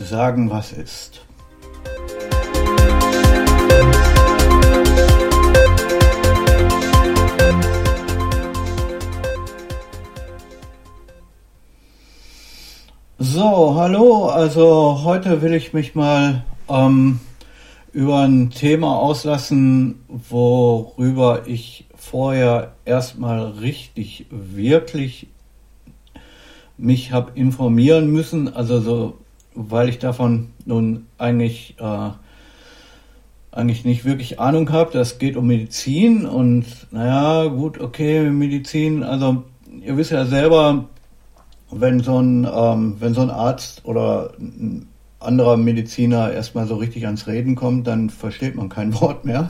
sagen, was ist. So, hallo, also heute will ich mich mal über ein Thema auslassen, worüber ich vorher erstmal wirklich mich habe informieren müssen, also so, weil ich davon nun eigentlich nicht wirklich Ahnung habe. Das geht um Medizin und naja, gut, okay, Medizin, also ihr wisst ja selber, wenn so ein Arzt oder ein anderer Mediziner erstmal so richtig ans Reden kommt, dann versteht man kein Wort mehr.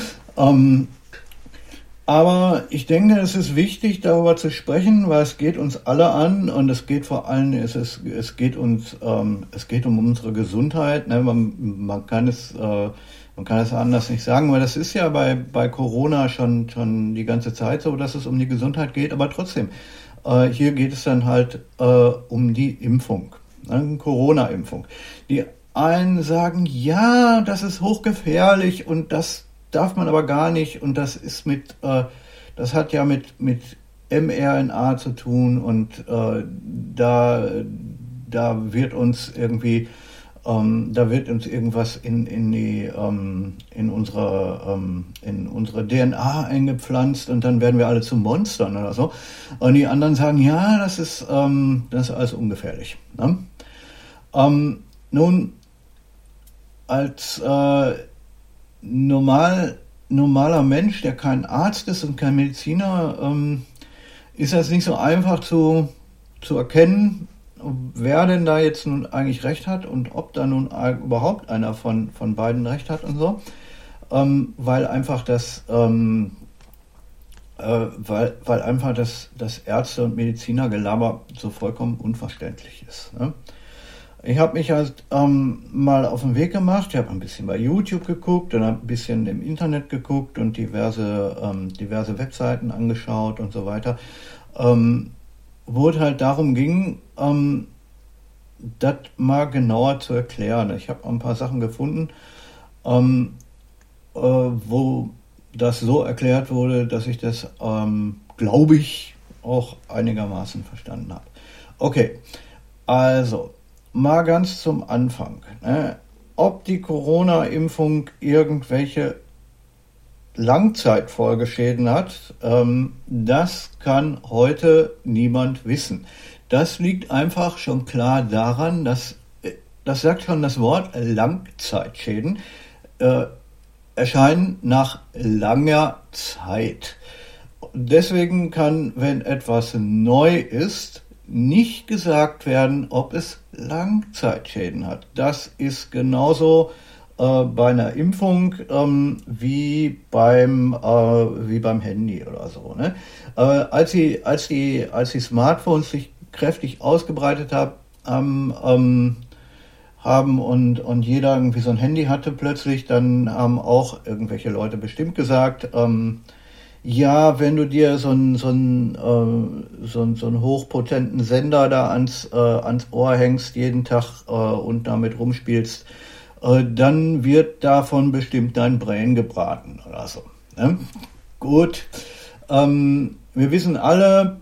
Aber ich denke, es ist wichtig, darüber zu sprechen, weil es geht uns alle an und es geht vor allem, es geht um unsere Gesundheit. Ne? Man kann es anders nicht sagen, weil das ist ja bei Corona schon die ganze Zeit so, dass es um die Gesundheit geht, aber trotzdem, hier geht es dann halt um die Impfung, ne? Corona-Impfung. Die einen sagen, ja, das ist hochgefährlich und das darf man aber gar nicht und das ist das hat ja mit mRNA zu tun und da wird uns irgendwas in unsere DNA eingepflanzt und dann werden wir alle zu Monstern oder so. Und die anderen sagen, ja, das ist alles ungefährlich. Ne? Nun, als normaler Mensch, der kein Arzt ist und kein Mediziner, ist das nicht so einfach zu erkennen, wer denn da jetzt nun eigentlich recht hat und ob da nun überhaupt einer von beiden recht hat und so, weil einfach das Ärzte- und Medizinergelaber so vollkommen unverständlich ist. Ne? Ich habe mich halt mal auf den Weg gemacht, ich habe ein bisschen bei YouTube geguckt und ein bisschen im Internet geguckt und diverse Webseiten angeschaut und so weiter, wo es halt darum ging, das mal genauer zu erklären. Ich habe ein paar Sachen gefunden, wo das so erklärt wurde, dass ich das, glaube ich, auch einigermaßen verstanden habe. Okay, also mal ganz zum Anfang. Ne? Ob die Corona-Impfung irgendwelche Langzeitfolgeschäden hat, das kann heute niemand wissen. Das liegt einfach schon klar daran, das sagt schon das Wort Langzeitschäden, erscheinen nach langer Zeit. Deswegen kann, wenn etwas neu ist, nicht gesagt werden, ob es Langzeitschäden hat. Das ist genauso bei einer Impfung wie beim Handy oder so. Ne? Als die Smartphones sich kräftig ausgebreitet haben und jeder irgendwie so ein Handy hatte plötzlich, dann haben auch irgendwelche Leute bestimmt gesagt, ja, wenn du dir so einen hochpotenten Sender da ans Ohr hängst jeden Tag und damit rumspielst, dann wird davon bestimmt dein Brain gebraten oder so. Ne? Gut, wir wissen alle,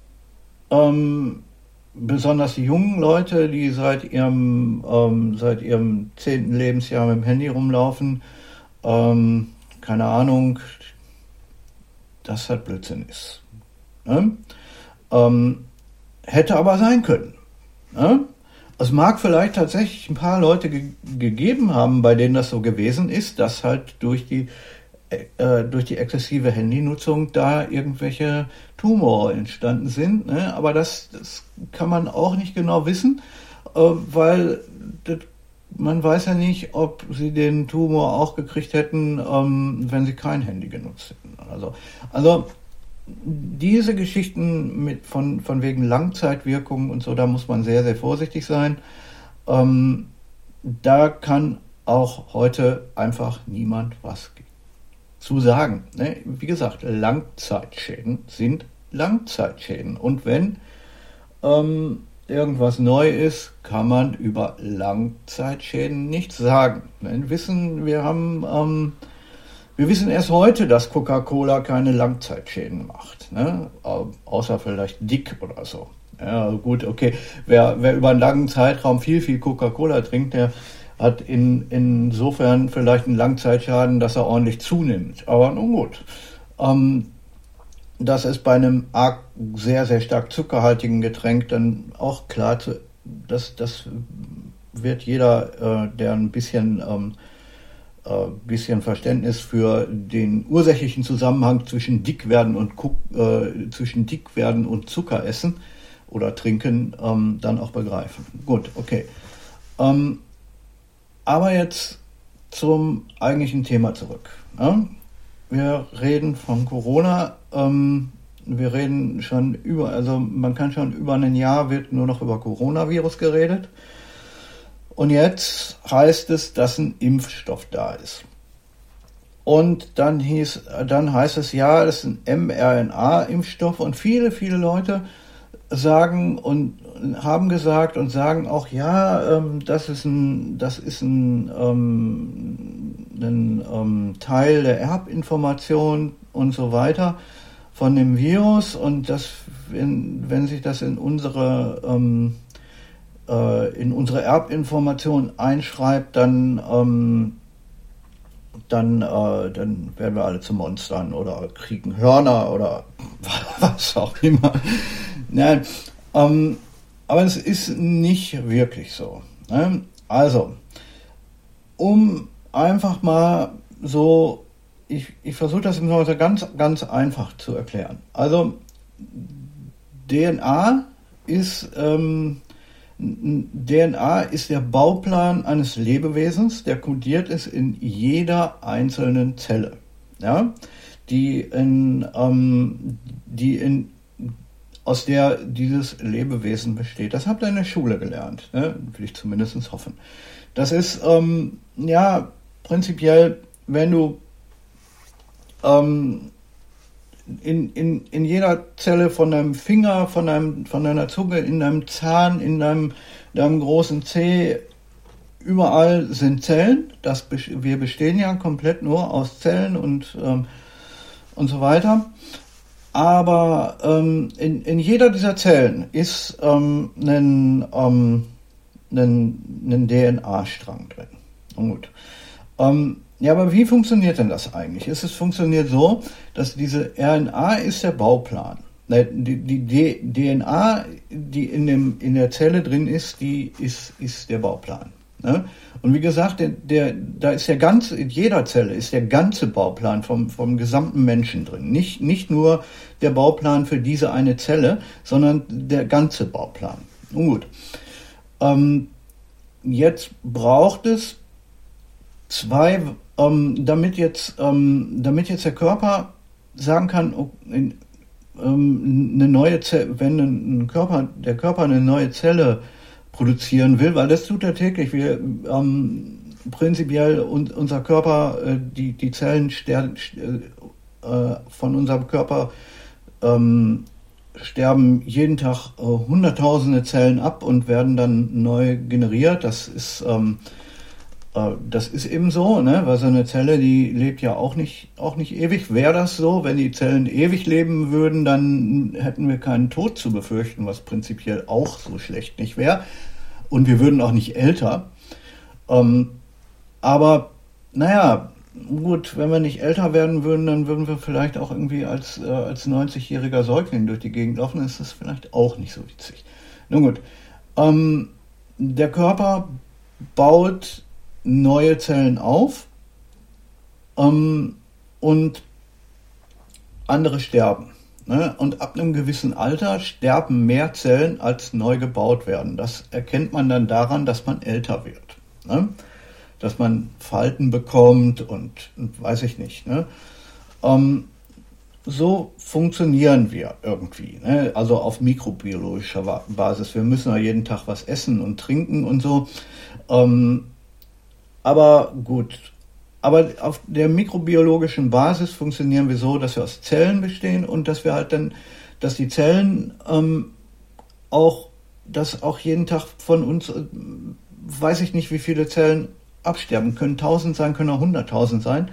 besonders die jungen Leute, die seit ihrem 10. Lebensjahr mit dem Handy rumlaufen, keine Ahnung, dass das Blödsinn ist. Ne? Hätte aber sein können. Ne? Es mag vielleicht tatsächlich ein paar Leute gegeben haben, bei denen das so gewesen ist, dass halt durch die exzessive Handynutzung da irgendwelche Tumore entstanden sind. Ne? Aber das kann man auch nicht genau wissen, weil man weiß ja nicht, ob sie den Tumor auch gekriegt hätten, wenn sie kein Handy genutzt hätten. Also diese Geschichten von wegen Langzeitwirkungen und so, da muss man sehr, sehr vorsichtig sein. Da kann auch heute einfach niemand was zu sagen. Ne? Wie gesagt, Langzeitschäden sind Langzeitschäden. Und wenn irgendwas neu ist, kann man über Langzeitschäden nichts sagen. Wir wissen erst heute, dass Coca-Cola keine Langzeitschäden macht, ne? Außer vielleicht dick oder so. Ja, gut, okay. Wer über einen langen Zeitraum viel Coca-Cola trinkt, der hat insofern vielleicht einen Langzeitschaden, dass er ordentlich zunimmt. Aber nun gut. Das ist bei einem sehr stark zuckerhaltigen Getränk dann auch klar. Das wird jeder, der ein bisschen Verständnis für den ursächlichen Zusammenhang zwischen Dickwerden und Zuckeressen oder Trinken dann auch begreifen. Gut, okay. Aber jetzt zum eigentlichen Thema zurück. Ja? Wir reden von Corona. Wir reden schon man kann schon über ein Jahr wird nur noch über Coronavirus geredet. Und jetzt heißt es, dass ein Impfstoff da ist. Und dann heißt es, ja, das ist ein mRNA-Impfstoff. Und viele Leute sagen und haben gesagt und sagen auch, ja, das ist ein Teil der Erbinformation und so weiter von dem Virus. Und wenn sich das in unsere Erbinformation einschreibt, dann werden wir alle zu Monstern oder kriegen Hörner oder was auch immer. Nein, aber es ist nicht wirklich so. Ne? Also, um einfach mal so, ich versuche das heute ganz einfach zu erklären. Also, DNA ist der Bauplan eines Lebewesens, der kodiert ist in jeder einzelnen Zelle, ja, aus der dieses Lebewesen besteht. Das habt ihr in der Schule gelernt, ne? Will ich zumindest hoffen. Das ist prinzipiell, wenn du in jeder Zelle von deinem Finger, von deiner Zunge, in deinem Zahn, in deinem großen Zeh, überall sind Zellen. Wir bestehen ja komplett nur aus Zellen und so weiter. Aber in jeder dieser Zellen ist ein DNA-Strang drin. Gut. Ja, aber wie funktioniert denn das eigentlich? Es funktioniert so, dass diese RNA ist der Bauplan. Die DNA, die in der Zelle drin ist, die ist der Bauplan. Ne? Und wie gesagt, da ist in jeder Zelle ist der ganze Bauplan vom gesamten Menschen drin. Nicht nur der Bauplan für diese eine Zelle, sondern der ganze Bauplan. Nun gut. Jetzt braucht es damit jetzt der Körper sagen kann, eine neue Zelle, wenn der Körper eine neue Zelle produzieren will, weil das tut er täglich. Prinzipiell unser Körper, die Zellen von unserem Körper sterben jeden Tag hunderttausende Zellen ab und werden dann neu generiert. Das ist eben so, ne? Weil so eine Zelle, die lebt ja auch nicht ewig. Wäre das so, wenn die Zellen ewig leben würden, dann hätten wir keinen Tod zu befürchten, was prinzipiell auch so schlecht nicht wäre. Und wir würden auch nicht älter. Aber naja, gut, wenn wir nicht älter werden würden, dann würden wir vielleicht auch irgendwie als 90-jähriger Säugling durch die Gegend laufen. Das ist vielleicht auch nicht so witzig. Nun gut, der Körper baut neue Zellen auf und andere sterben. Ne? Und ab einem gewissen Alter sterben mehr Zellen, als neu gebaut werden. Das erkennt man dann daran, dass man älter wird. Ne? Dass man Falten bekommt und weiß ich nicht. Ne? So funktionieren wir irgendwie. Ne? Also auf mikrobiologischer Basis. Wir müssen ja jeden Tag was essen und trinken und so. Aber gut, aber auf der mikrobiologischen Basis funktionieren wir so, dass wir aus Zellen bestehen und dass wir halt dann, dass die Zellen auch dass auch jeden Tag von uns, weiß ich nicht, wie viele Zellen absterben können. 1000 sein, können auch 100.000 sein.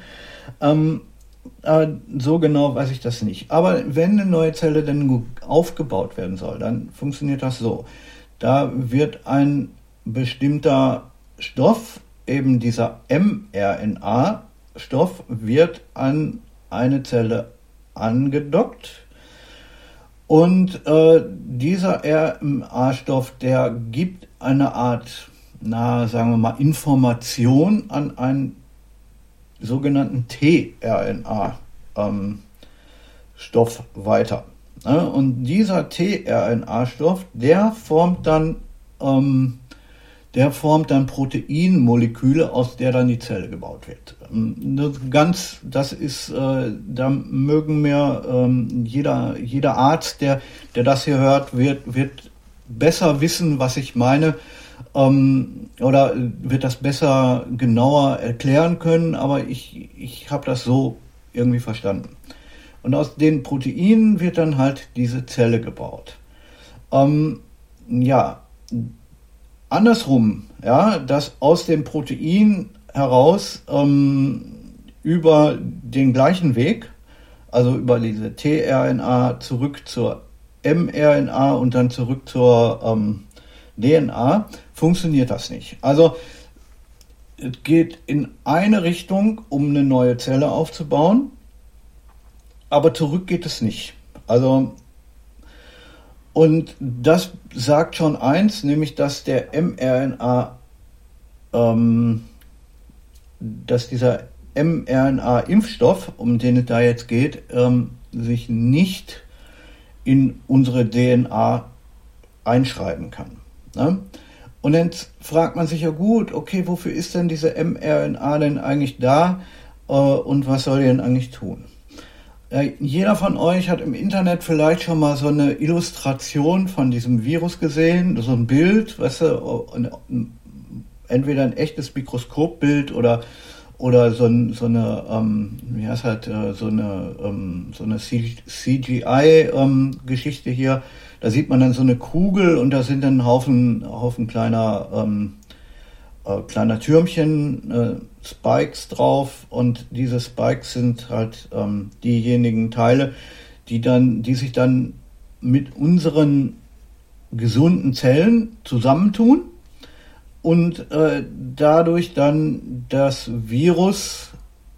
So genau weiß ich das nicht. Aber wenn eine neue Zelle denn aufgebaut werden soll, dann funktioniert das so. Da wird ein bestimmter Stoff, eben dieser mRNA-Stoff, wird an eine Zelle angedockt. Und dieser RNA-Stoff, der gibt eine Art, sagen wir mal, Information an einen sogenannten tRNA-Stoff weiter. Und dieser tRNA-Stoff, der formt dann Proteinmoleküle, aus der dann die Zelle gebaut wird. Das ist, da mögen mir jeder Arzt, der das hier hört, wird besser wissen, was ich meine, oder wird das besser, genauer erklären können, aber ich habe das so irgendwie verstanden. Und aus den Proteinen wird dann halt diese Zelle gebaut. Andersrum, dass aus dem Protein heraus über den gleichen Weg, also über diese tRNA zurück zur mRNA und dann zurück zur DNA, funktioniert das nicht. Also es geht in eine Richtung, um eine neue Zelle aufzubauen, aber zurück geht es nicht. Also, und das sagt schon eins, nämlich dass der mRNA, dass dieser mRNA-Impfstoff, um den es da jetzt geht, sich nicht in unsere DNA einschreiben kann. Ne? Und dann fragt man sich ja gut, okay, wofür ist denn diese mRNA denn eigentlich da und was soll die denn eigentlich tun? Jeder von euch hat im Internet vielleicht schon mal so eine Illustration von diesem Virus gesehen, so ein Bild, weißt du, entweder ein echtes Mikroskopbild oder so eine CGI-Geschichte hier. Da sieht man dann so eine Kugel und da sind dann ein Haufen kleiner Türmchen, Spikes drauf, und diese Spikes sind halt diejenigen Teile, die sich dann mit unseren gesunden Zellen zusammentun und dadurch dann das Virus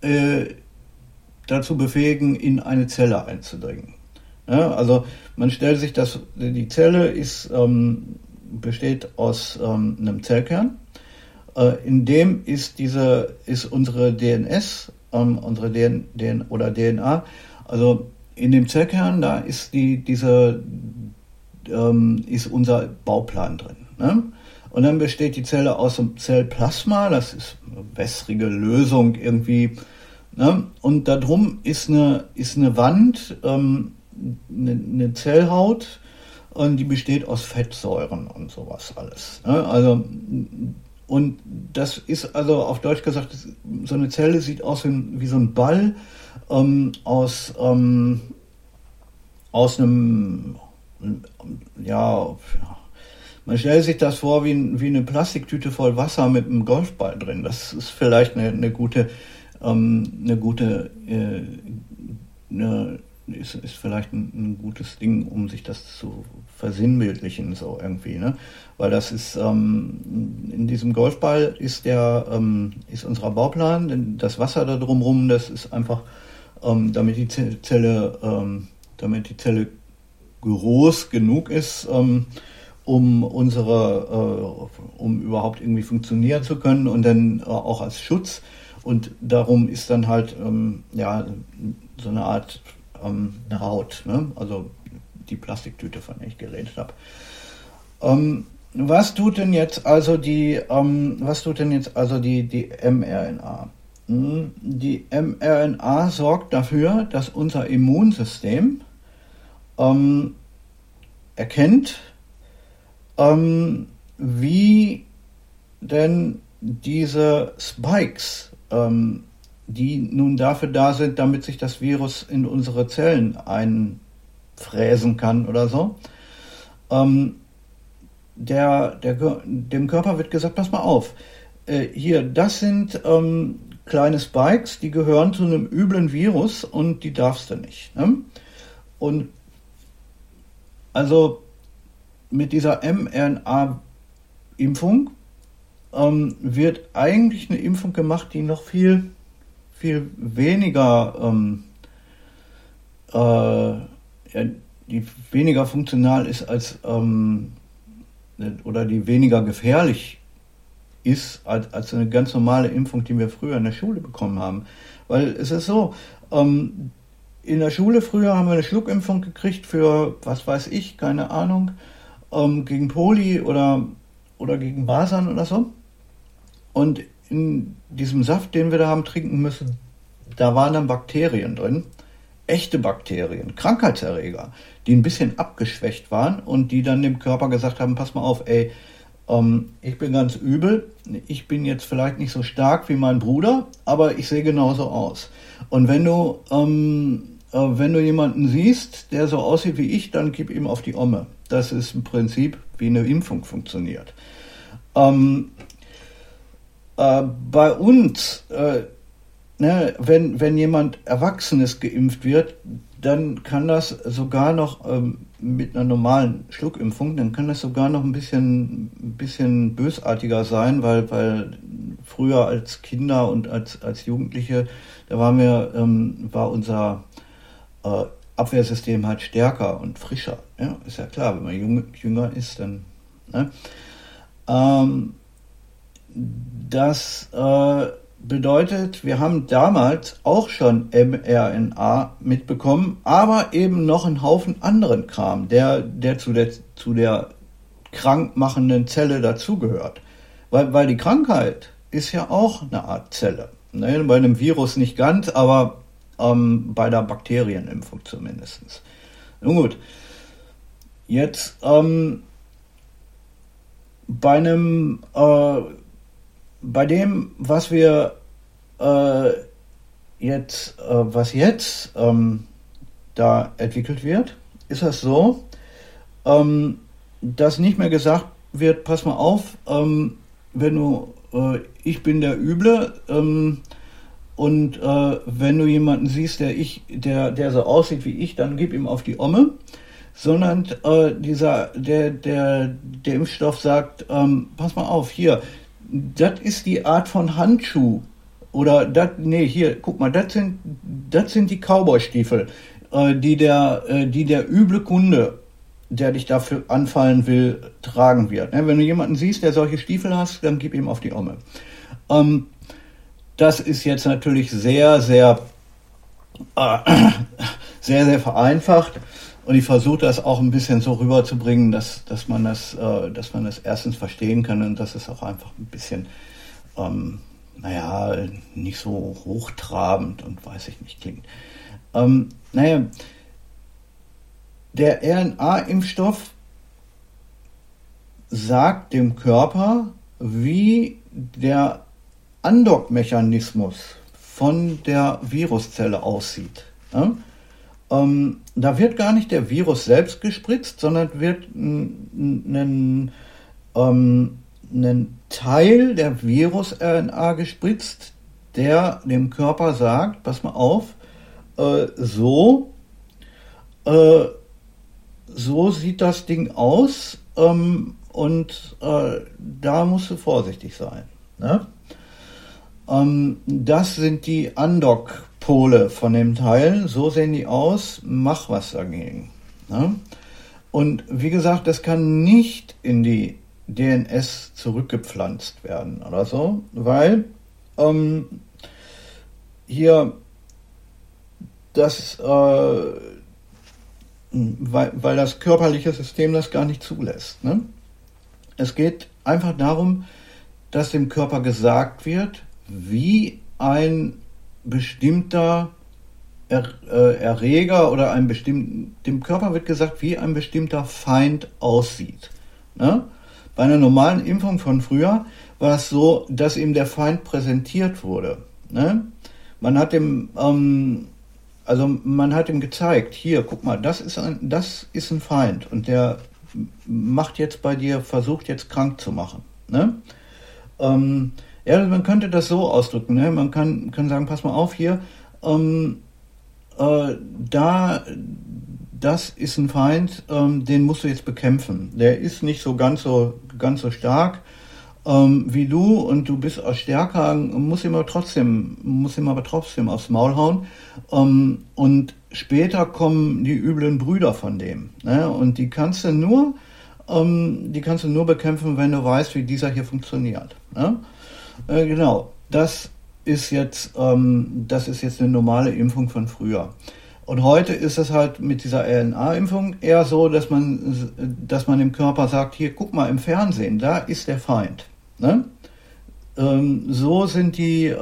dazu befähigen, in eine Zelle einzudringen. Ja, also man stellt sich die Zelle besteht aus einem Zellkern. In dem ist unsere DNS, unsere DNA, also in dem Zellkern, da ist ist unser Bauplan drin. Ne? Und dann besteht die Zelle aus dem Zellplasma, das ist eine wässrige Lösung irgendwie. Ne? Und da drum ist eine Wand, eine Zellhaut, und die besteht aus Fettsäuren und sowas alles. Ne? Also, und das ist, also auf Deutsch gesagt, so eine Zelle sieht aus wie so ein Ball aus einem, man stellt sich das vor wie eine Plastiktüte voll Wasser mit einem Golfball drin. Das ist vielleicht ist vielleicht ein gutes Ding, um sich das zu versinnbildlichen, so irgendwie, ne? Weil das ist, in diesem Golfball ist unser Bauplan, denn das Wasser da drumherum, das ist einfach, damit die Zelle groß genug ist, um überhaupt irgendwie funktionieren zu können, und dann auch als Schutz. Und darum ist dann halt, so eine Art, eine Haut, ne? Also die Plastiktüte, von der ich geredet habe. Was tut denn jetzt also die mRNA? Die mRNA sorgt dafür, dass unser Immunsystem erkennt, wie denn diese Spikes, die nun dafür da sind, damit sich das Virus in unsere Zellen einfräsen kann oder so, dem Körper wird gesagt, pass mal auf, hier, das sind kleine Spikes, die gehören zu einem üblen Virus und die darfst du nicht. Ne? Und also mit dieser mRNA-Impfung wird eigentlich eine Impfung gemacht, die noch viel, viel weniger, die weniger funktional ist als, oder die weniger gefährlich ist als eine ganz normale Impfung, die wir früher in der Schule bekommen haben. Weil es ist so, in der Schule früher haben wir eine Schluckimpfung gekriegt für, was weiß ich, keine Ahnung, gegen Poli oder gegen Masern oder so. Und in diesem Saft, den wir da haben trinken müssen, da waren dann Bakterien drin, echte Bakterien, Krankheitserreger, die ein bisschen abgeschwächt waren und die dann dem Körper gesagt haben, pass mal auf, ey, ich bin ganz übel, ich bin jetzt vielleicht nicht so stark wie mein Bruder, aber ich sehe genauso aus. Und wenn du jemanden siehst, der so aussieht wie ich, dann gib ihm auf die Omme. Das ist im Prinzip, wie eine Impfung funktioniert. Bei uns, wenn jemand Erwachsenes geimpft wird, dann kann das sogar noch mit einer normalen Schluckimpfung, dann kann das sogar noch ein bisschen bösartiger sein, weil früher als Kinder und als Jugendliche, da war unser Abwehrsystem halt stärker und frischer. Ja, ist ja klar, wenn man jünger ist, dann. Ne? Das bedeutet, wir haben damals auch schon mRNA mitbekommen, aber eben noch einen Haufen anderen Kram, der zu der krankmachenden Zelle dazugehört. Weil die Krankheit ist ja auch eine Art Zelle. Ne? Bei einem Virus nicht ganz, aber bei der Bakterienimpfung zumindest. Nun gut, jetzt bei dem, was wir was jetzt da entwickelt wird, ist das so, dass nicht mehr gesagt wird, pass mal auf, ich bin der Üble, und wenn du jemanden siehst, der so aussieht wie ich, dann gib ihm auf die Omme, sondern der Impfstoff sagt, pass mal auf, hier, das ist die Art von Handschuh. Oder hier, guck mal, das sind die Cowboy-Stiefel, die der üble Kunde, der dich dafür anfallen will, tragen wird. Wenn du jemanden siehst, der solche Stiefel hast, dann gib ihm auf die Omme. Das ist jetzt natürlich sehr, sehr, sehr, sehr vereinfacht. Und ich versuche das auch ein bisschen so rüberzubringen, dass man das erstens verstehen kann und dass es auch einfach ein bisschen, nicht so hochtrabend und weiß ich nicht klingt. Der RNA-Impfstoff sagt dem Körper, wie der Andockmechanismus von der Viruszelle aussieht. Ja? Da wird gar nicht der Virus selbst gespritzt, sondern wird ein Teil der Virus-RNA gespritzt, der dem Körper sagt, pass mal auf, so sieht das Ding aus, und da musst du vorsichtig sein. Ne? Das sind die Andock-Pole von dem Teil, so sehen die aus, mach was dagegen. Ne? Und wie gesagt, das kann nicht in die DNS zurückgepflanzt werden oder so, weil weil das körperliche System das gar nicht zulässt. Ne? Es geht einfach darum, dass dem Körper gesagt wird, wie ein bestimmter Erreger oder dem Körper wird gesagt, wie ein bestimmter Feind aussieht. Ne? Bei einer normalen Impfung von früher war es so, dass ihm der Feind präsentiert wurde. Ne? Man hat ihm gezeigt, hier, guck mal, das ist ein Feind und der macht jetzt bei dir, versucht jetzt krank zu machen. Ne? Ja, man könnte das so ausdrücken. Ne? Man kann sagen, pass mal auf hier, da, das ist ein Feind, den musst du jetzt bekämpfen. Der ist nicht so ganz so stark wie du und du bist auch stärker, musst ihm aber trotzdem aufs Maul hauen. Und später kommen die üblen Brüder von dem. Ne? Und die kannst du nur bekämpfen, wenn du weißt, wie dieser hier funktioniert. Ne? Genau, das ist jetzt eine normale Impfung von früher. Und heute ist es halt mit dieser RNA-Impfung eher so, dass man dem Körper sagt, hier, guck mal im Fernsehen, da ist der Feind. Ne? So sind die,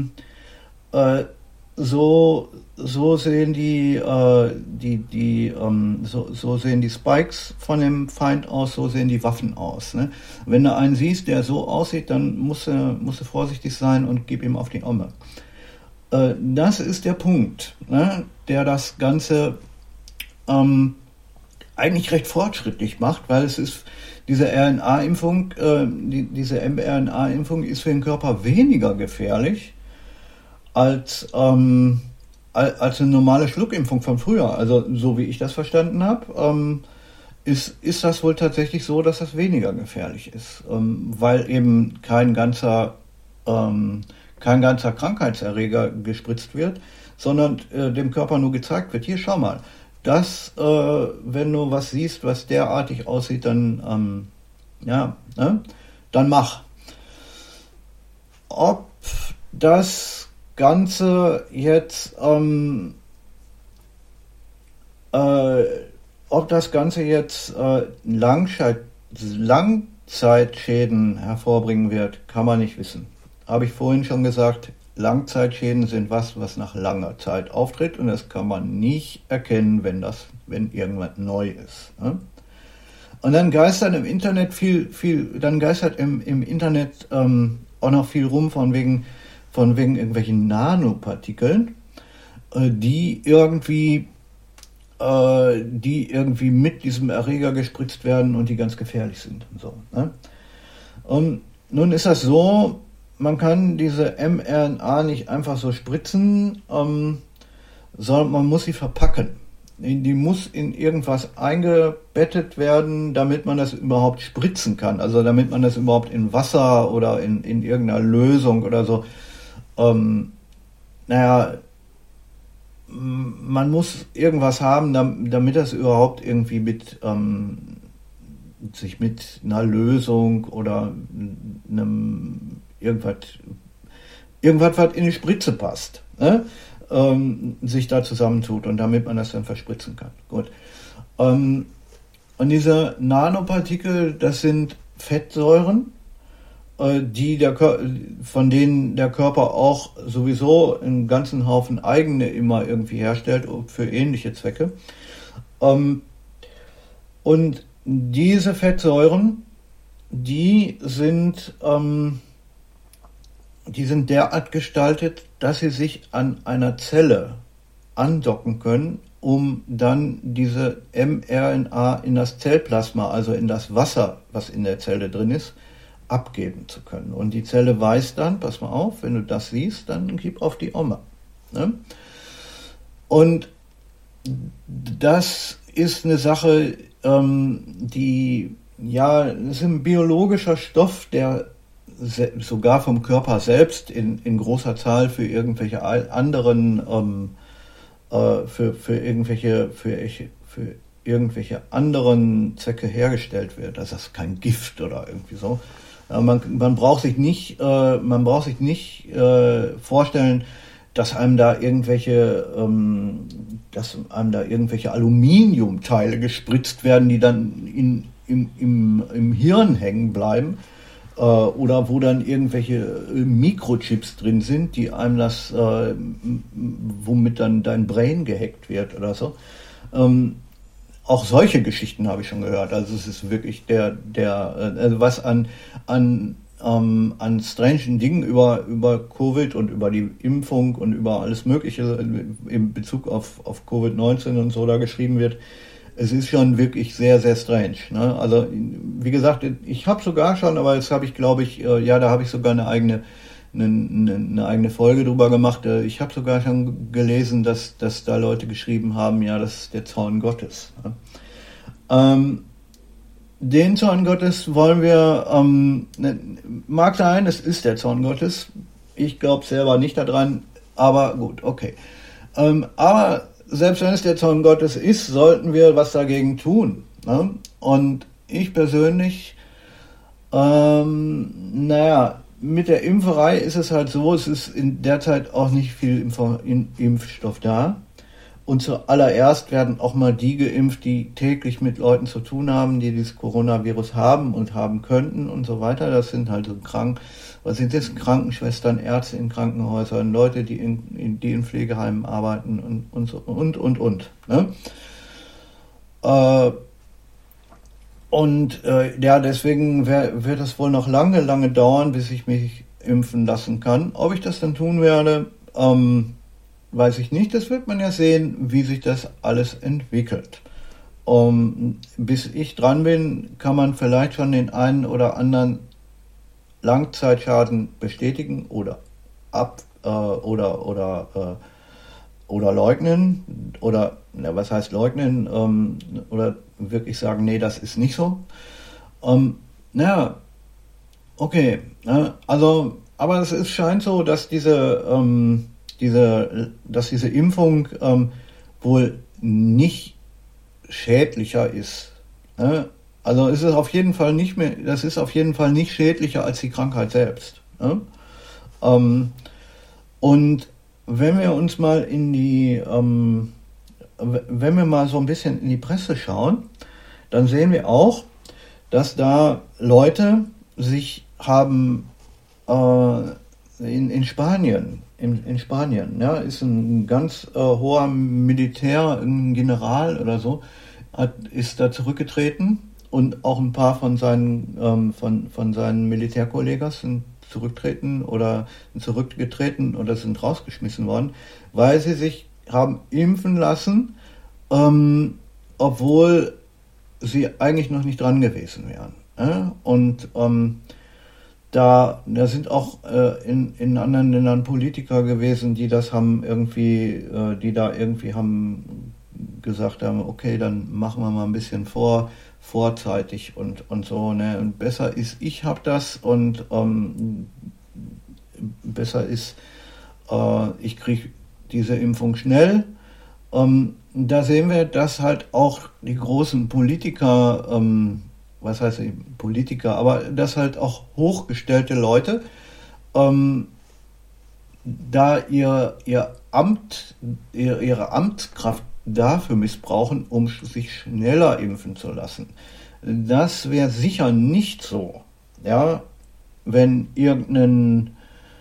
so sehen so sehen die Spikes von dem Feind aus, so sehen die Waffen aus. Ne? Wenn du einen siehst, der so aussieht, dann musst du vorsichtig sein und gib ihm auf die Omme. Das ist der Punkt, ne, der das Ganze eigentlich recht fortschrittlich macht, weil es ist diese RNA-Impfung, diese mRNA-Impfung ist für den Körper weniger gefährlich als eine normale Schluckimpfung von früher. Also so wie ich das verstanden habe, ist das wohl tatsächlich so, dass das weniger gefährlich ist, weil eben kein ganzer Krankheitserreger gespritzt wird, sondern dem Körper nur gezeigt wird, hier schau mal, das, wenn du was siehst, was derartig aussieht, dann dann mach. Ob das Ganze jetzt Langzeitschäden hervorbringen wird, kann man nicht wissen. Habe ich vorhin schon gesagt, Langzeitschäden sind was nach langer Zeit auftritt und das kann man nicht erkennen, wenn irgendwas neu ist. Ne? Und dann geistert im Internet im Internet auch noch viel rum von wegen irgendwelchen Nanopartikeln, die irgendwie mit diesem Erreger gespritzt werden und die ganz gefährlich sind und so. Ne? Und nun ist das so, man kann diese mRNA nicht einfach so spritzen, sondern man muss sie verpacken. Die muss in irgendwas eingebettet werden, damit man das überhaupt spritzen kann. Also damit man das überhaupt in Wasser oder in irgendeiner Lösung oder so. Man muss irgendwas haben, damit das überhaupt irgendwie sich mit einer Lösung oder irgendwas, was in die Spritze passt, ne? Sich da zusammentut und damit man das dann verspritzen kann. Gut. Und diese Nanopartikel, das sind Fettsäuren, von denen der Körper auch sowieso einen ganzen Haufen eigene immer irgendwie herstellt für ähnliche Zwecke. Und diese Fettsäuren, die sind derart gestaltet, dass sie sich an einer Zelle andocken können, um dann diese mRNA in das Zellplasma, also in das Wasser, was in der Zelle drin ist, abgeben zu können. Und die Zelle weiß dann, pass mal auf, wenn du das siehst, dann gib auf die Oma. Ne? Und das ist eine Sache, das ist ein biologischer Stoff, der sogar vom Körper selbst in großer Zahl für irgendwelche anderen für irgendwelche anderen Zwecke hergestellt wird. Das ist kein Gift oder irgendwie so. Man braucht sich nicht vorstellen, dass einem da irgendwelche Aluminiumteile gespritzt werden, die dann im Hirn hängen bleiben, oder wo dann irgendwelche Mikrochips drin sind, die einem womit dann dein Brain gehackt wird oder so. Auch solche Geschichten habe ich schon gehört. Also es ist wirklich also was an strangen Dingen über Covid und über die Impfung und über alles Mögliche in Bezug auf Covid-19 und so da geschrieben wird, es ist schon wirklich sehr, sehr strange. Ne? Also, wie gesagt, ich habe sogar schon, aber jetzt habe ich, glaube ich, ja, da habe ich sogar eine eigene Folge drüber gemacht. Ich habe sogar schon gelesen, dass da Leute geschrieben haben, ja, das ist der Zorn Gottes. Ne? Den Zorn Gottes wollen wir, mag sein, es ist der Zorn Gottes. Ich glaube selber nicht daran, aber gut, okay. Aber selbst wenn es der Zorn Gottes ist, sollten wir was dagegen tun. Ne? Und ich persönlich, mit der Impferei ist es halt so, es ist in der Zeit auch nicht viel Impfstoff da. Und zuallererst werden auch mal die geimpft, die täglich mit Leuten zu tun haben, die dieses Coronavirus haben und haben könnten und so weiter. Das sind halt so was sind das? Krankenschwestern, Ärzte in Krankenhäusern, Leute, die in Pflegeheimen arbeiten und so und. Ne? Deswegen wird es wohl noch lange, lange dauern, bis ich mich impfen lassen kann. Ob ich das dann tun werde, weiß ich nicht. Das wird man ja sehen, wie sich das alles entwickelt. Bis ich dran bin, kann man vielleicht schon den einen oder anderen Langzeitschaden bestätigen oder leugnen was heißt leugnen oder wirklich sagen, nee, das ist nicht so. Okay, also, aber es scheint so, dass diese Impfung wohl nicht schädlicher ist. Ne? Also es ist auf jeden Fall nicht mehr, das ist auf jeden Fall nicht schädlicher als die Krankheit selbst. Ne? Und wenn wir uns mal wenn wir mal so ein bisschen in die Presse schauen, dann sehen wir auch, dass da Leute sich haben in Spanien, ja, ist ein ganz hoher Militär, ein General oder so, ist da zurückgetreten und auch ein paar von seinen Militärkollegen sind zurückgetreten oder sind rausgeschmissen worden, weil sie sich haben impfen lassen, obwohl sie eigentlich noch nicht dran gewesen wären. Und da sind auch in anderen Ländern Politiker gewesen, die das haben die da irgendwie haben gesagt haben, okay, dann machen wir mal ein bisschen vorzeitig und so, ne? Und besser ist, ich habe das und besser ist, ich kriege diese Impfung schnell. Da sehen wir, dass halt auch die großen Politiker, was heißt Politiker, aber dass halt auch hochgestellte Leute da ihre Amtskraft dafür missbrauchen, um sich schneller impfen zu lassen. Das wäre sicher nicht so, ja, wenn irgendjemand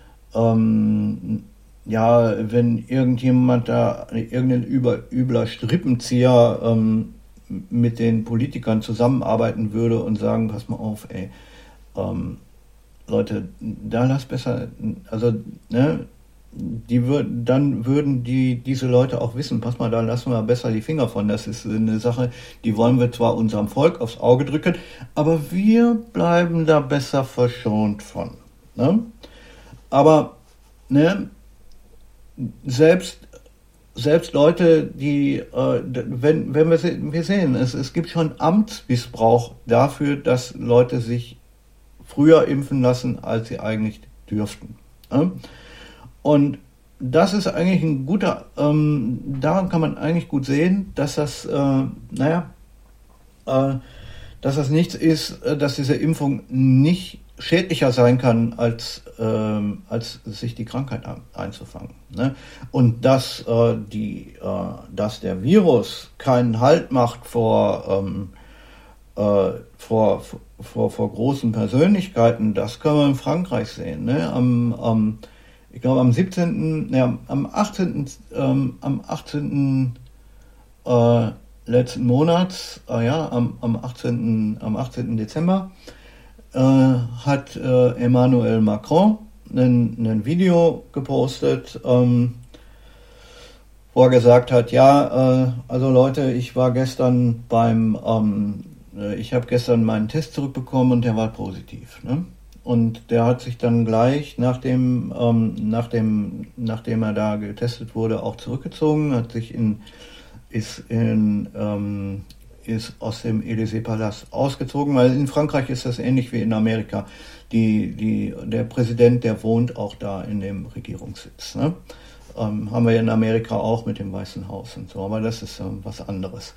da, irgendein übler Strippenzieher mit den Politikern zusammenarbeiten würde und sagen, pass mal auf, ey, Leute, da lass besser, also, ne, dann würden diese Leute auch wissen, pass mal, da lassen wir besser die Finger von. Das ist eine Sache, die wollen wir zwar unserem Volk aufs Auge drücken, aber wir bleiben da besser verschont von. Ne? Aber ne, selbst Leute, die, wenn wir sehen, es gibt schon Amtsmissbrauch dafür, dass Leute sich früher impfen lassen, als sie eigentlich dürften. Ne? Und das ist eigentlich ein guter, daran kann man eigentlich gut sehen, dass das, dass das nichts ist, dass diese Impfung nicht schädlicher sein kann, als sich die Krankheit einzufangen. Ne? Und dass der Virus keinen Halt macht vor großen Persönlichkeiten, das können wir in Frankreich sehen. Ne? Ich glaube am 18. Letzten Monats, am 18. Dezember, hat Emmanuel Macron ein Video gepostet, wo er gesagt hat, ja, also Leute, ich habe gestern meinen Test zurückbekommen und der war positiv. Ne? Und der hat sich dann gleich, nachdem er da getestet wurde, auch zurückgezogen, ist aus dem Élysée-Palast ausgezogen, weil in Frankreich ist das ähnlich wie in Amerika. Der Präsident, der wohnt auch da in dem Regierungssitz. Ne? Haben wir ja in Amerika auch mit dem Weißen Haus und so, aber das ist was anderes.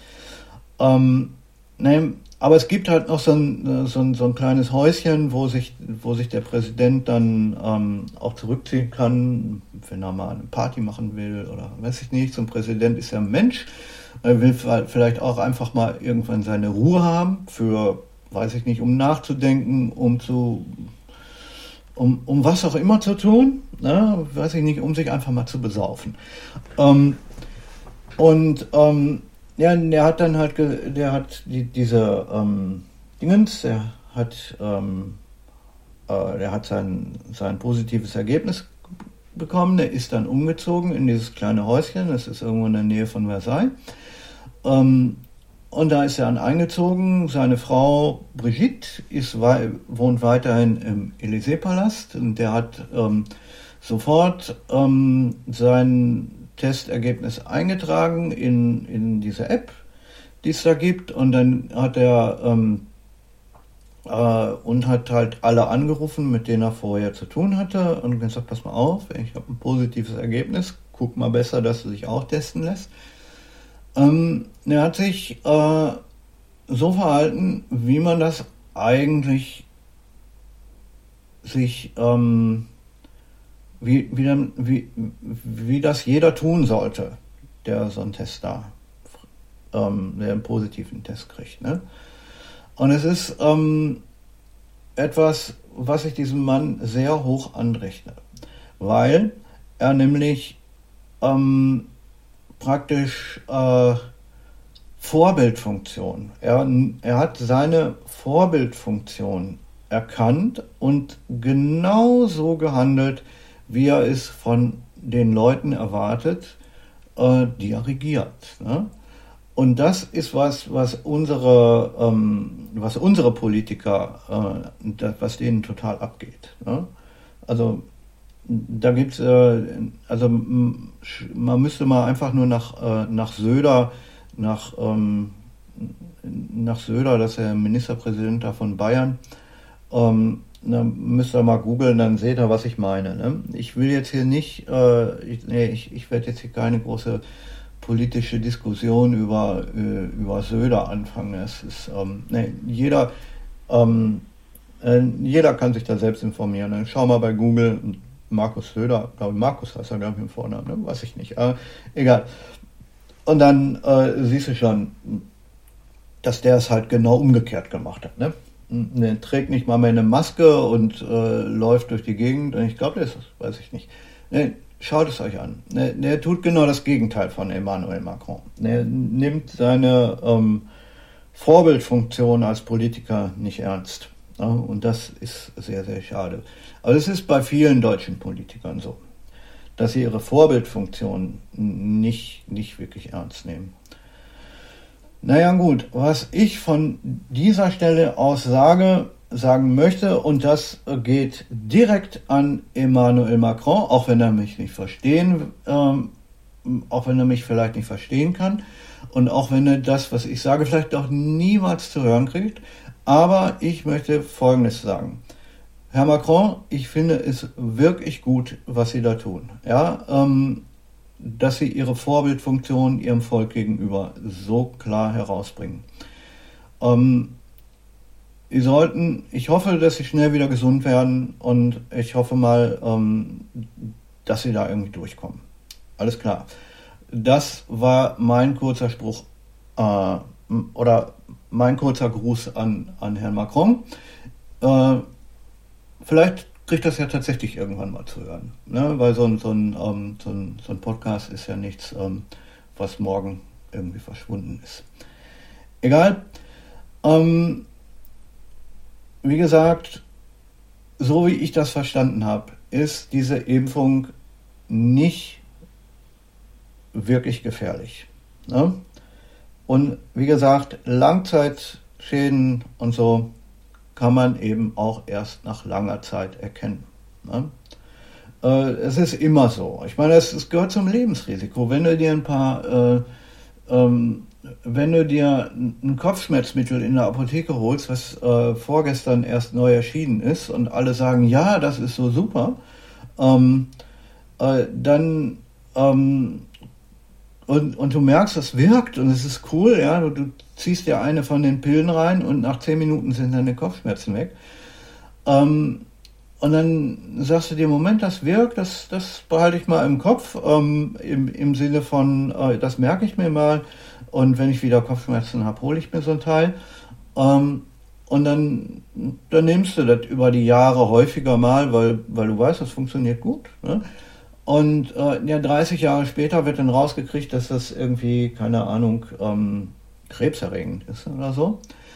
Ne, aber es gibt halt noch so ein kleines Häuschen, wo sich der Präsident dann auch zurückziehen kann, wenn er mal eine Party machen will oder weiß ich nicht. So ein Präsident ist ja ein Mensch, er will vielleicht auch einfach mal irgendwann seine Ruhe haben, weiß ich nicht, um nachzudenken, um was auch immer zu tun, ne? Weiß ich nicht, um sich einfach mal zu besaufen. Ja, der hat dann halt, diese Dingens, der hat sein positives Ergebnis bekommen, der ist dann umgezogen in dieses kleine Häuschen, das ist irgendwo in der Nähe von Versailles. Und da ist er dann eingezogen. Seine Frau Brigitte wohnt weiterhin im Élysée-Palast und der hat sofort sein Testergebnis eingetragen in diese App, die es da gibt, und dann hat er hat halt alle angerufen, mit denen er vorher zu tun hatte, und gesagt, pass mal auf, ich habe ein positives Ergebnis, guck mal besser, dass du dich auch testen lässt. Er hat sich so verhalten, wie man das eigentlich wie das jeder tun sollte, der so einen Test der einen positiven Test kriegt. Ne? Und es ist etwas, was ich diesem Mann sehr hoch anrechne, weil er nämlich praktisch Vorbildfunktion. Er hat seine Vorbildfunktion erkannt und genau so gehandelt, wie er es von den Leuten erwartet, die er regiert. Ne? Und das ist was unsere Politiker, was denen total abgeht. Ne? Also da gibt's, man müsste mal einfach nur nach Söder, nach Söder, das ist der Ministerpräsident da von Bayern, dann müsst ihr mal googeln, dann seht ihr, was ich meine. Ne? Ich will jetzt hier nicht, ich werde jetzt hier keine große politische Diskussion über Söder anfangen. Es ist, jeder kann sich da selbst informieren. Ne? Schau mal bei Google, Markus Söder, glaube ich, Markus heißt er, glaube ich, im Vornamen, ne? Weiß ich nicht. Egal. Und dann siehst du schon, dass der es halt genau umgekehrt gemacht hat. Ne? Der trägt nicht mal mehr eine Maske und läuft durch die Gegend. Und ich glaube, das weiß ich nicht. Ne, schaut es euch an. Ne, der tut genau das Gegenteil von Emmanuel Macron. Der nimmt seine Vorbildfunktion als Politiker nicht ernst. Ja? Und das ist sehr, sehr schade. Aber es ist bei vielen deutschen Politikern so, dass sie ihre Vorbildfunktion nicht wirklich ernst nehmen. Naja gut, was ich von dieser Stelle aus sagen möchte, und das geht direkt an Emmanuel Macron, auch wenn er mich vielleicht nicht verstehen kann und auch wenn er das, was ich sage, vielleicht auch niemals zu hören kriegt, aber ich möchte Folgendes sagen. Herr Macron, ich finde es wirklich gut, was Sie da tun. Ja, dass Sie Ihre Vorbildfunktion Ihrem Volk gegenüber so klar herausbringen. Ich hoffe, dass Sie schnell wieder gesund werden und ich hoffe mal, dass Sie da irgendwie durchkommen. Alles klar. Das war mein kurzer Spruch oder mein kurzer Gruß an Herrn Macron. Vielleicht kriegt das ja tatsächlich irgendwann mal zu hören, ne? Weil so ein Podcast ist ja nichts, was morgen irgendwie verschwunden ist. Egal. Wie gesagt, so wie ich das verstanden habe, ist diese Impfung nicht wirklich gefährlich. Ne? Und wie gesagt, Langzeitschäden und so kann man eben auch erst nach langer Zeit erkennen. Ne? Es ist immer so. Ich meine, es gehört zum Lebensrisiko. Wenn du dir wenn du dir ein Kopfschmerzmittel in der Apotheke holst, was vorgestern erst neu erschienen ist und alle sagen, ja, das ist so super, dann und du merkst, das wirkt und es ist cool, ja, du ziehst dir eine von den Pillen rein und nach 10 Minuten sind deine Kopfschmerzen weg. Und dann sagst du dir, Moment, das wirkt, das behalte ich mal im Kopf, im Sinne von, das merke ich mir mal und wenn ich wieder Kopfschmerzen habe, hole ich mir so ein Teil. Und dann nimmst du das über die Jahre häufiger mal, weil du weißt, das funktioniert gut. Ne? Und 30 Jahre später wird dann rausgekriegt, dass das irgendwie, keine Ahnung, krebserregend ist oder so.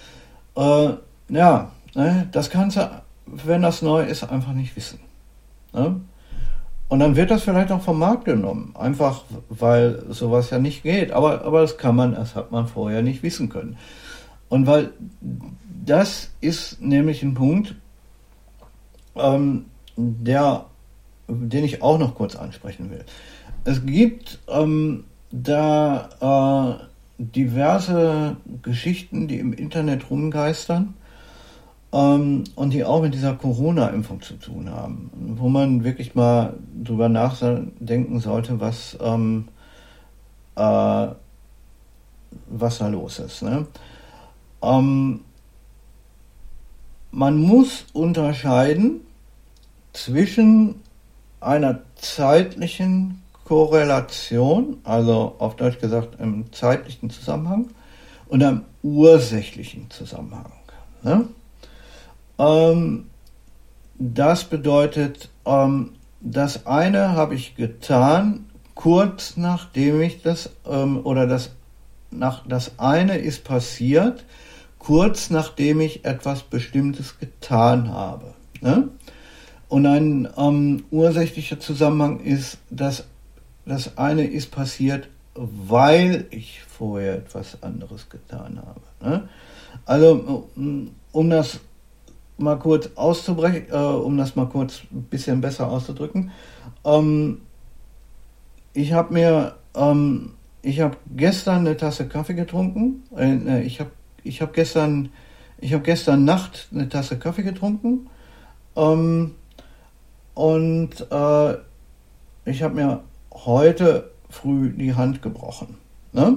Ne, das kannst du, wenn das neu ist, einfach nicht wissen. Ne? Und dann wird das vielleicht auch vom Markt genommen, einfach weil sowas ja nicht geht. Aber das hat man vorher nicht wissen können. Und weil das ist nämlich ein Punkt, den ich auch noch kurz ansprechen will. Es gibt diverse Geschichten, die im Internet rumgeistern und die auch mit dieser Corona-Impfung zu tun haben, wo man wirklich mal drüber nachdenken sollte, was da los ist. Ne? Man muss unterscheiden zwischen einer zeitlichen Korrelation, also auf Deutsch gesagt einem zeitlichen Zusammenhang, und einem ursächlichen Zusammenhang. Ne? Das bedeutet, das eine habe ich getan, kurz nachdem ich das eine ist passiert, kurz nachdem ich etwas Bestimmtes getan habe. Ne? Und ein ursächlicher Zusammenhang ist, dass das eine ist passiert, weil ich vorher etwas anderes getan habe. Ne? Also, um das mal kurz auszubrechen, um das mal kurz ein bisschen besser auszudrücken. Ich habe gestern eine Tasse Kaffee getrunken. Ich habe gestern Nacht eine Tasse Kaffee getrunken. Und ich habe mir heute früh die Hand gebrochen. Ne?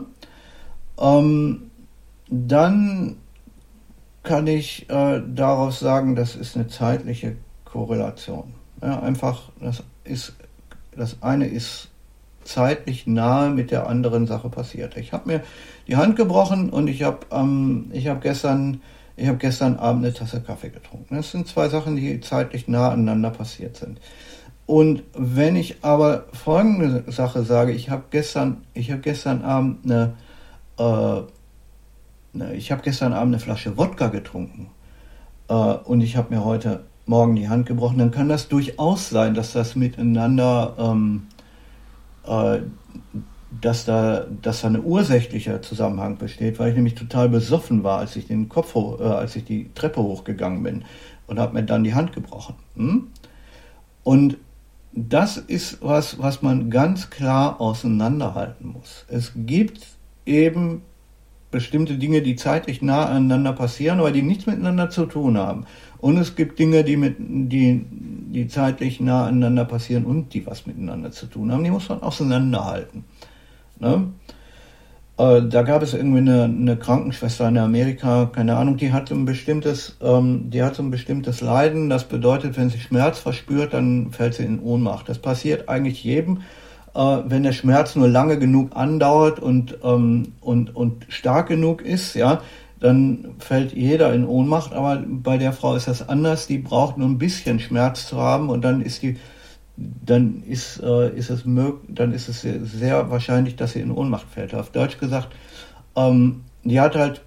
Dann kann ich daraus sagen, das ist eine zeitliche Korrelation. Ja, einfach, das eine ist zeitlich nahe mit der anderen Sache passiert. Ich habe mir die Hand gebrochen und ich habe gestern Abend eine Tasse Kaffee getrunken. Das sind zwei Sachen, die zeitlich nah aneinander passiert sind. Und wenn ich aber folgende Sache sage, ich habe gestern Abend eine Flasche Wodka getrunken und ich habe mir heute Morgen die Hand gebrochen, dann kann das durchaus sein, dass das miteinander, dass da ein ursächlicher Zusammenhang besteht, weil ich nämlich total besoffen war, als ich die Treppe hochgegangen bin und habe mir dann die Hand gebrochen. Und das ist was man ganz klar auseinanderhalten muss. Es gibt eben bestimmte Dinge, die zeitlich nah aneinander passieren, aber die nichts miteinander zu tun haben. Und es gibt Dinge, die zeitlich nah aneinander passieren und die was miteinander zu tun haben. Die muss man auseinanderhalten. Ne? Da gab es irgendwie eine Krankenschwester in Amerika, keine Ahnung, die hat so ein bestimmtes Leiden. Das bedeutet, wenn sie Schmerz verspürt, dann fällt sie in Ohnmacht. Das passiert eigentlich jedem, wenn der Schmerz nur lange genug andauert und stark genug ist, ja, dann fällt jeder in Ohnmacht. Aber bei der Frau ist das anders. Die braucht nur ein bisschen Schmerz zu haben und dann ist es sehr wahrscheinlich, dass sie in Ohnmacht fällt. Auf Deutsch gesagt, die hat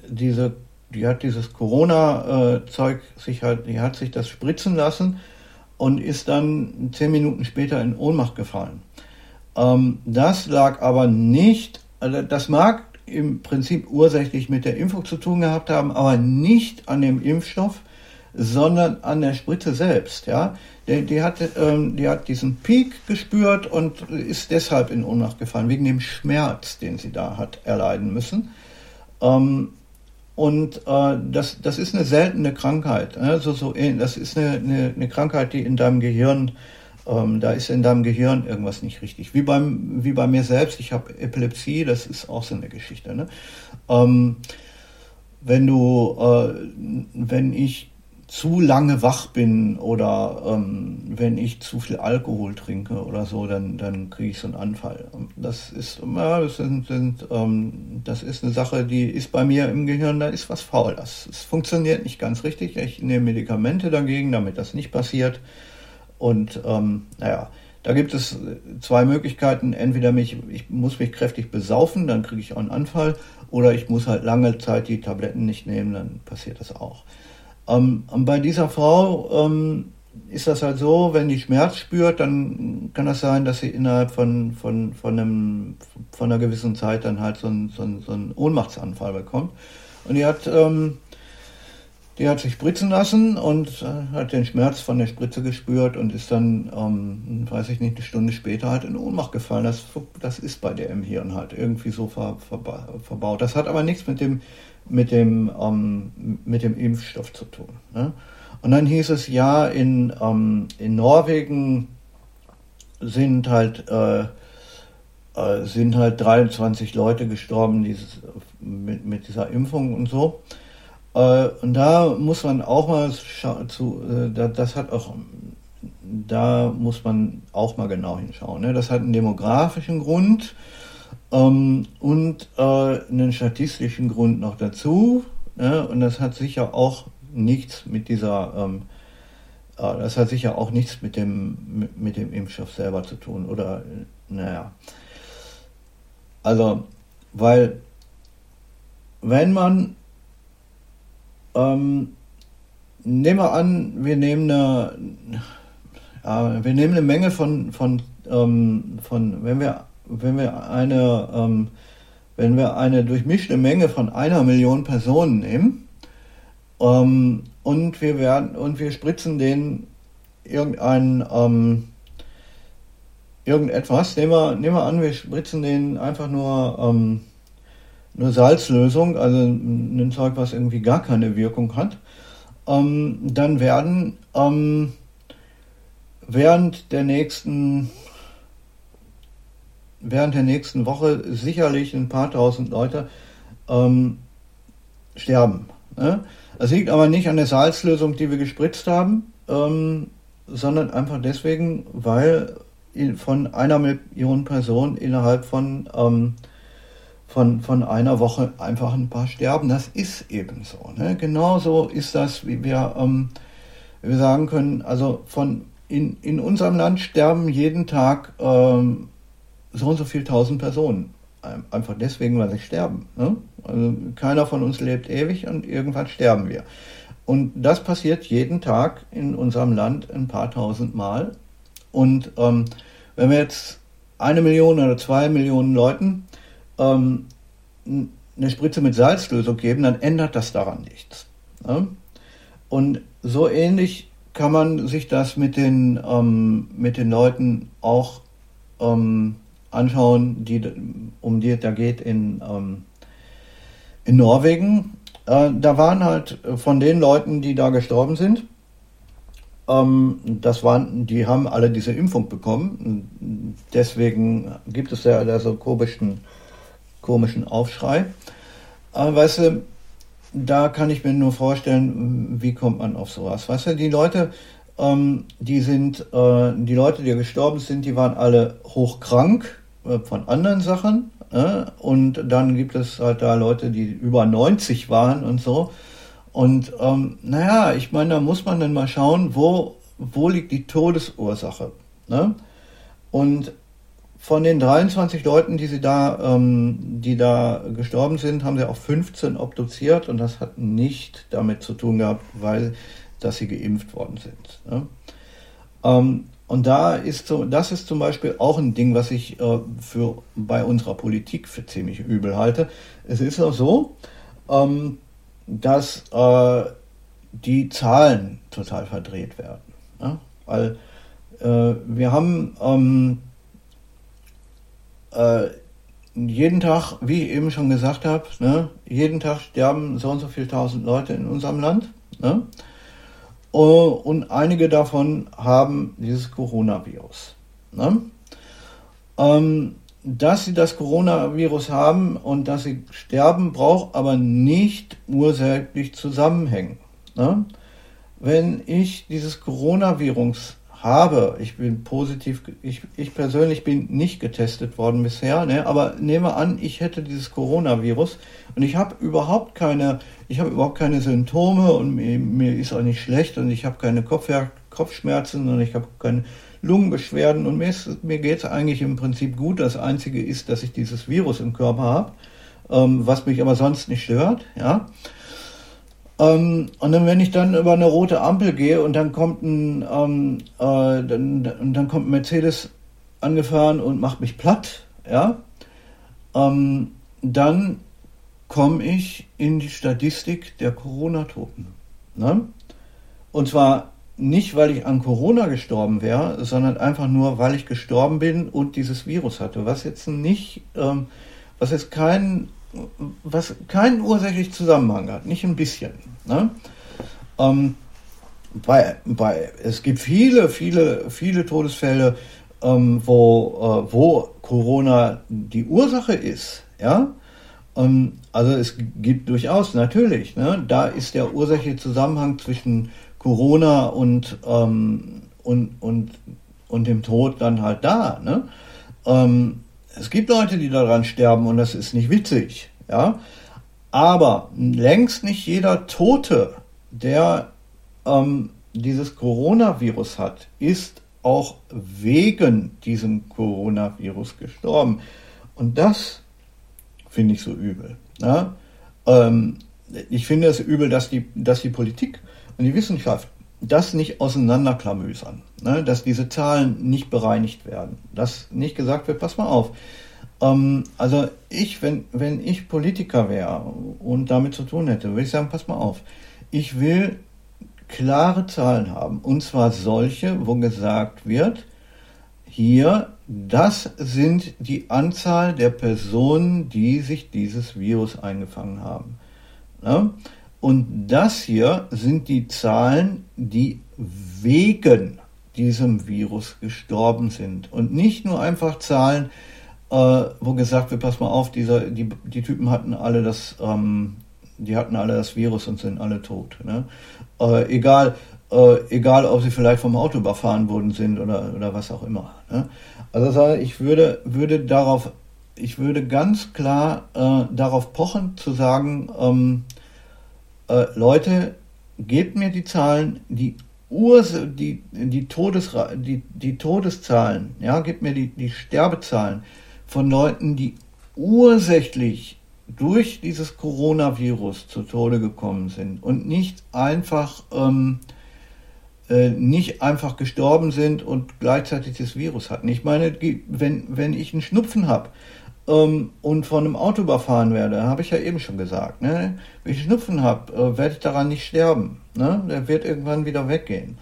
dieses Corona-Zeug die hat sich das spritzen lassen und ist dann 10 Minuten später in Ohnmacht gefallen. Das lag aber nicht, also das mag im Prinzip ursächlich mit der Impfung zu tun gehabt haben, aber nicht an dem Impfstoff, sondern an der Spritze selbst. Ja? Die hat diesen Peak gespürt und ist deshalb in Ohnmacht gefallen, wegen dem Schmerz, den sie da hat erleiden müssen. Das ist eine seltene Krankheit. Also das ist eine Krankheit, die in deinem Gehirn, da ist in deinem Gehirn irgendwas nicht richtig. Wie bei mir selbst, ich habe Epilepsie, das ist auch so eine Geschichte. Ne? Wenn ich zu lange wach bin oder wenn ich zu viel Alkohol trinke oder so, dann kriege ich so einen Anfall. Das ist eine Sache, die ist bei mir im Gehirn, da ist was faul. Es funktioniert nicht ganz richtig. Ich nehme Medikamente dagegen, damit das nicht passiert. Und da gibt es zwei Möglichkeiten. Entweder ich muss mich kräftig besaufen, dann kriege ich auch einen Anfall, oder ich muss halt lange Zeit die Tabletten nicht nehmen, dann passiert das auch. Bei dieser Frau ist das halt so, wenn die Schmerz spürt, dann kann das sein, dass sie innerhalb von einer gewissen Zeit dann halt so einen Ohnmachtsanfall bekommt. Und die hat sich spritzen lassen und hat den Schmerz von der Spritze gespürt und ist dann, weiß ich nicht, eine Stunde später halt in Ohnmacht gefallen. Das ist bei der im Hirn halt irgendwie so verbaut. Das hat aber nichts mit dem Impfstoff zu tun. Ne? Und dann hieß es, ja, in Norwegen sind halt 23 Leute gestorben mit dieser Impfung und so. Und da muss man auch mal da muss man auch mal genau hinschauen. Ne? Das hat einen demografischen Grund und einen statistischen Grund noch dazu. Ne? Und das hat sicher auch nichts mit dem Impfstoff selber zu tun. Oder, also, weil, wenn man nehmen wir an, wir nehmen eine Menge von wenn wir eine durchmischte Menge von 1 Million Personen nehmen, und wir spritzen denen irgendetwas, nehmen wir an, wir spritzen denen einfach nur Salzlösung, also ein Zeug, was irgendwie gar keine Wirkung hat, dann werden während der nächsten Woche sicherlich ein paar tausend Leute sterben. Ne? Das liegt aber nicht an der Salzlösung, die wir gespritzt haben, sondern einfach deswegen, weil von 1 Million Personen innerhalb von einer Woche einfach ein paar sterben. Das ist eben so. Ne? Genauso ist das, wie wir sagen können, also in unserem Land sterben jeden Tag so und so viel 1000 Personen. Einfach deswegen, weil sie sterben. Ne? Also keiner von uns lebt ewig und irgendwann sterben wir. Und das passiert jeden Tag in unserem Land ein paar tausend Mal. Und wenn wir jetzt 1 Million oder 2 Millionen Leuten eine Spritze mit Salzlösung geben, dann ändert das daran nichts. Ne? Und so ähnlich kann man sich das mit den Leuten auch anschauen, um die es da geht in Norwegen. Da waren halt von den Leuten, die da gestorben sind, die haben alle diese Impfung bekommen. Deswegen gibt es ja da so komischen Aufschrei. Aber weißt du, da kann ich mir nur vorstellen, wie kommt man auf sowas. Weißt du, die Leute, die gestorben sind, die waren alle hochkrank von anderen Sachen. Und dann gibt es halt da Leute, die über 90 waren und so. Und ich meine, da muss man dann mal schauen, wo liegt die Todesursache. Ne? Und von den 23 Leuten, die da gestorben sind, haben sie auch 15 obduziert, und das hat nicht damit zu tun gehabt, dass sie geimpft worden sind. Ne? Und das ist zum Beispiel auch ein Ding, was ich bei unserer Politik für ziemlich übel halte. Es ist auch so, dass die Zahlen total verdreht werden. Ja? Weil wir haben jeden Tag, wie ich eben schon gesagt habe, ne, jeden Tag sterben so und so viele tausend Leute in unserem Land. Ne? Und einige davon haben dieses Coronavirus. Ne? Dass sie das Coronavirus haben und dass sie sterben, braucht aber nicht ursächlich zusammenhängen. Ne? Wenn ich dieses Coronavirus habe, ich bin positiv, ich persönlich bin nicht getestet worden bisher, ne? Aber nehme an, ich hätte dieses Coronavirus und ich habe überhaupt keine Symptome und mir ist auch nicht schlecht und ich habe keine Kopfschmerzen und ich habe keine Lungenbeschwerden und mir geht es eigentlich im Prinzip gut. Das Einzige ist, dass ich dieses Virus im Körper habe, was mich aber sonst nicht stört, ja. Und dann, wenn ich dann über eine rote Ampel gehe und dann kommt dann kommt ein Mercedes angefahren und macht mich platt, ja, dann komme ich in die Statistik der Corona-Toten. Ne? Und zwar nicht, weil ich an Corona gestorben wäre, sondern einfach nur, weil ich gestorben bin und dieses Virus hatte, was jetzt keinen ursächlichen Zusammenhang hat, nicht ein bisschen. Ne? Es gibt viele Todesfälle, wo Corona die Ursache ist. Ja? Also es gibt durchaus, natürlich, ne? Da ist der ursächliche Zusammenhang zwischen Corona und dem Tod dann halt da. Ne? Es gibt Leute, die daran sterben und das ist nicht witzig, ja. Aber längst nicht jeder Tote, der dieses Coronavirus hat, ist auch wegen diesem Coronavirus gestorben. Und das finde ich so übel. Ja? Ich finde es übel, dass die Politik und die Wissenschaft das nicht auseinanderklamüsern, ne? Dass diese Zahlen nicht bereinigt werden, dass nicht gesagt wird, pass mal auf, also wenn ich Politiker wäre und damit zu tun hätte, würde ich sagen, pass mal auf, ich will klare Zahlen haben, und zwar solche, wo gesagt wird, hier, das sind die Anzahl der Personen, die sich dieses Virus eingefangen haben. Ne? Und das hier sind die Zahlen, die wegen diesem Virus gestorben sind. Und nicht nur einfach Zahlen, wo gesagt wird, pass mal auf, die Typen hatten alle das Virus und sind alle tot. Ne? Egal, ob sie vielleicht vom Auto überfahren worden sind oder was auch immer. Ne? Also ich würde ganz klar darauf pochen, zu sagen, Leute, gebt mir die Zahlen, die Todeszahlen, ja, gebt mir die Sterbezahlen von Leuten, die ursächlich durch dieses Coronavirus zu Tode gekommen sind und nicht einfach gestorben sind und gleichzeitig das Virus hatten. Ich meine, wenn ich einen Schnupfen habe und von einem Auto überfahren werde, habe ich ja eben schon gesagt, ne? Wenn ich Schnupfen habe, werde ich daran nicht sterben. Ne? Der wird irgendwann wieder weggehen.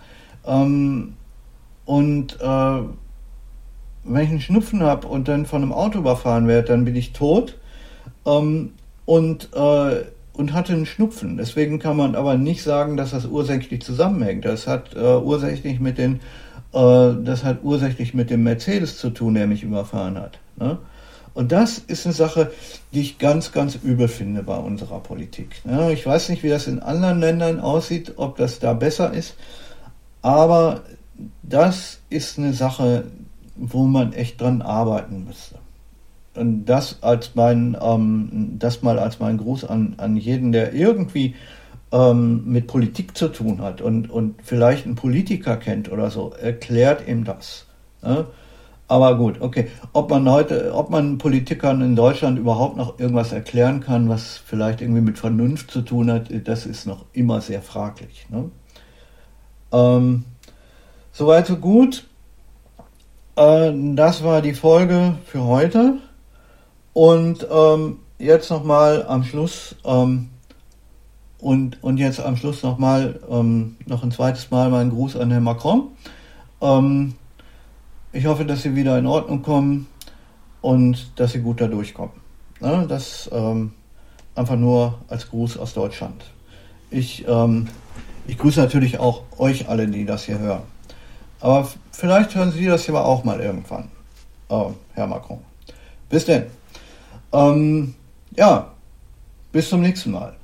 Wenn ich einen Schnupfen habe und dann von einem Auto überfahren werde, dann bin ich tot und hatte einen Schnupfen. Deswegen kann man aber nicht sagen, dass das ursächlich zusammenhängt. Das hat ursächlich mit dem Mercedes zu tun, der mich überfahren hat. Ne? Und das ist eine Sache, die ich ganz, ganz übel finde bei unserer Politik. Ja, ich weiß nicht, wie das in anderen Ländern aussieht, ob das da besser ist, aber das ist eine Sache, wo man echt dran arbeiten müsste. Und das mal als mein Gruß an jeden, der irgendwie mit Politik zu tun hat und vielleicht einen Politiker kennt oder so, erklärt ihm das. Ja? Aber gut, okay. Ob man Politikern in Deutschland überhaupt noch irgendwas erklären kann, was vielleicht irgendwie mit Vernunft zu tun hat, das ist noch immer sehr fraglich. Ne? Soweit so gut. Das war die Folge für heute. Und jetzt nochmal am Schluss und jetzt am Schluss nochmal noch ein zweites Mal meinen Gruß an Herrn Macron. Ich hoffe, dass Sie wieder in Ordnung kommen und dass Sie gut da durchkommen. Ne? Das einfach nur als Gruß aus Deutschland. Ich grüße natürlich auch euch alle, die das hier hören. Aber vielleicht hören Sie das ja auch mal irgendwann, Herr Macron. Bis denn. Ja, bis zum nächsten Mal.